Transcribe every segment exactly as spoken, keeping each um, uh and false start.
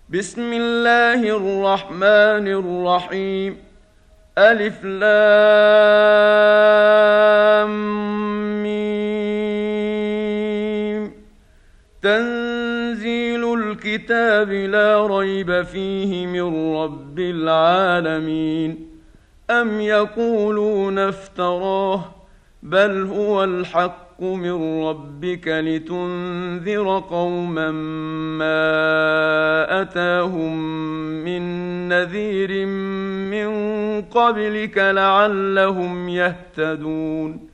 بسم الله الرحمن الرحيم. ألف لام ميم. تنزيل الكتاب لا ريب فيه من رب العالمين. أم يقولون افتراه بل هو الحق من ربك لتنذر قوما ما أتاهم من نذير من قبلك لعلهم يهتدون.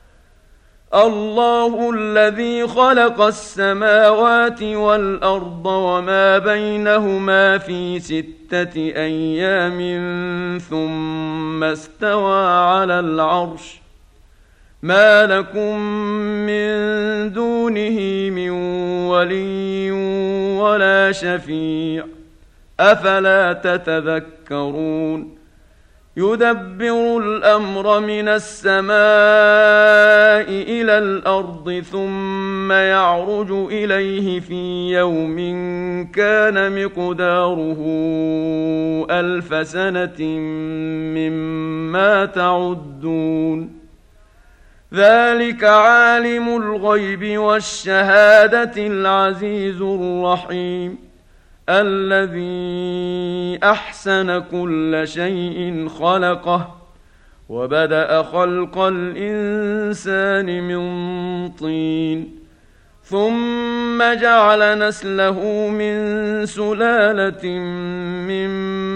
الله الذي خلق السماوات والأرض وما بينهما في ستة أيام ثم استوى على العرش. ما لكم من دونه من ولي ولا شفيع أفلا تتذكرون. يدبر الأمر من السماء إلى الأرض ثم يعرج إليه في يوم كان مقداره ألف سنة مما تعدون. ذلك عالم الغيب والشهادة العزيز الرحيم الذي أحسن كل شيء خلقه وبدأ خلق الإنسان من طين ثم جعل نسله من سلالة من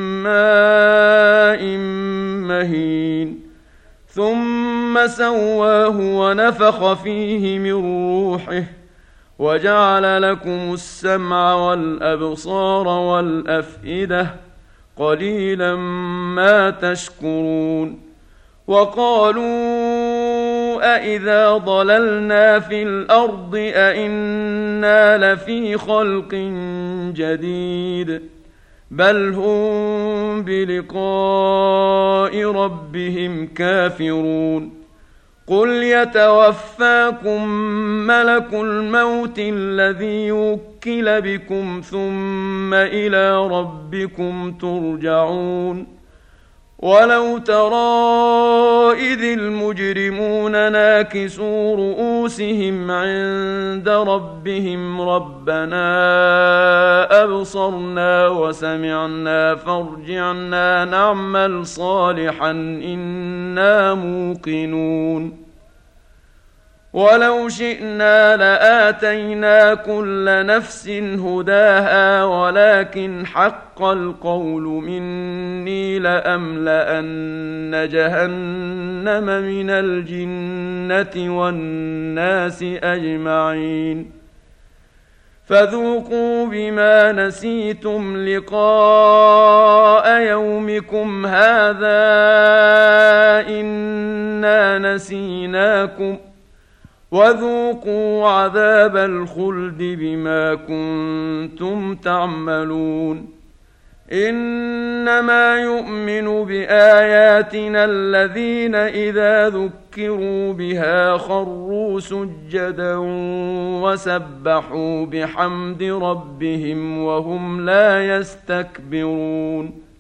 ماء مهين ثم سواه ونفخ فيه من روحه وجعل لكم السمع والأبصار والأفئدة قليلا ما تشكرون. وقالوا أإذا ضللنا في الأرض أإنا لفي خلق جديد بل هم بلقاء ربهم كافرون. قل يتوفاكم ملك الموت الذي وكل بكم ثم إلى ربكم ترجعون. ولو ترى إذ المجرمون ناكسوا رؤوسهم عند ربهم ربنا أبصرنا وسمعنا فارجعنا نعمل صالحا إنا موقنون. ولو شئنا لآتينا كل نفس هداها ولكن حق القول مني لأملأن جهنم من الجنة والناس أجمعين. فذوقوا بما نسيتم لقاء يومكم هذا إنا نسيناكم وذوقوا عذاب الخلد بما كنتم تعملون. إنما يؤمن بآياتنا الذين إذا ذكروا بها خروا سجدا وسبحوا بحمد ربهم وهم لا يستكبرون.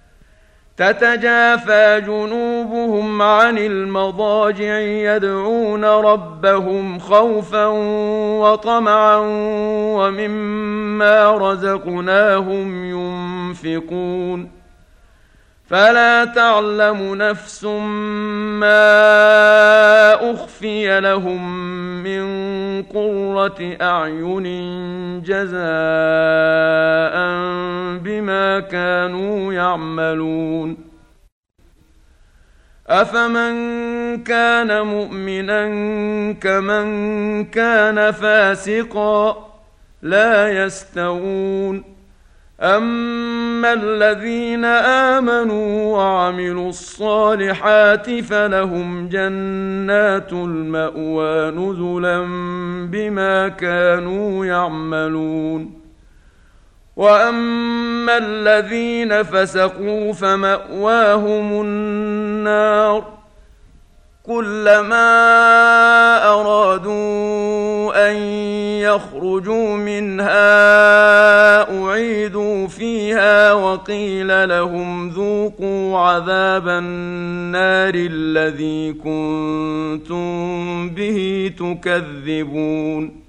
تتجافى جنوبهم عن المضاجع يدعون ربهم خوفا وطمعا ومما رزقناهم ينفقون. فلا تعلم نفس ما أخفي لهم من قرة أعين جزاء بما كانوا يعملون. أفمن كان مؤمنا كمن كان فاسقا لا يستوون. أما الذين آمنوا وعملوا الصالحات فلهم جنات المأوى نزلا بما كانوا يعملون. وأما الذين فسقوا فمأواهم النار كلما أرادوا أن يخرجوا منها أعيدوا فيها وقيل لهم ذوقوا عذاب النار الذي كنتم به تكذبون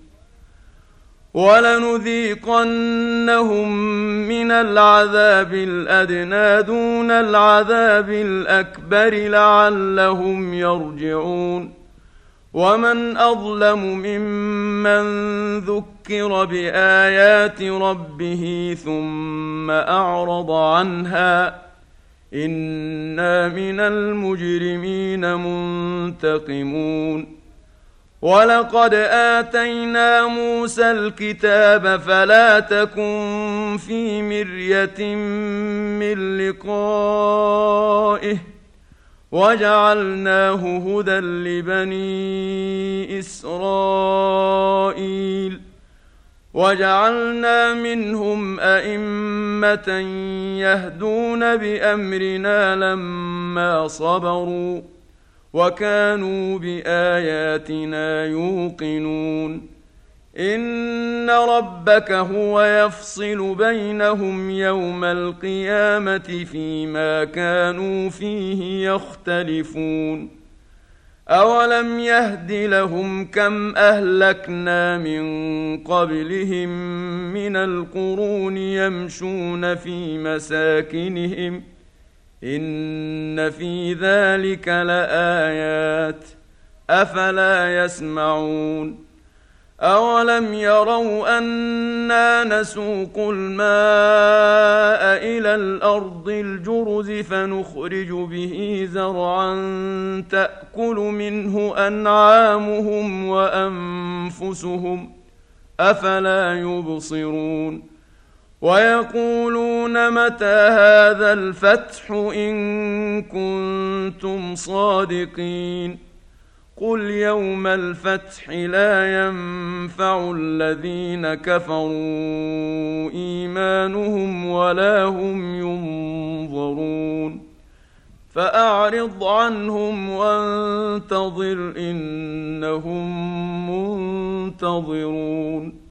ولنذيقنهم من العذاب الأدنى دون العذاب الأكبر لعلهم يرجعون ومن أظلم ممن ذكر بآيات ربه ثم أعرض عنها إنا من المجرمين منتقمون ولقد آتينا موسى الكتاب فلا تكن في مرية من لقائه وجعلناه هدى لبني إسرائيل وجعلنا منهم أئمة يهدون بأمرنا لما صبروا وكانوا بآياتنا يوقنون إن ربك هو يفصل بينهم يوم القيامة فيما كانوا فيه يختلفون أولم يهد لهم كم أهلكنا من قبلهم من القرون يمشون في مساكنهم إن في ذلك لآيات أفلا يسمعون أولم يروا أنا نسوق الماء إلى الأرض الجرز فنخرج به زرعا تأكل منه أنعامهم وأنفسهم أفلا يبصرون ويقولون متى هذا الفتح إن كنتم صادقين قل يوم الفتح لا ينفع الذين كفروا إيمانهم ولا هم ينظرون فأعرض عنهم وانتظر إنهم منتظرون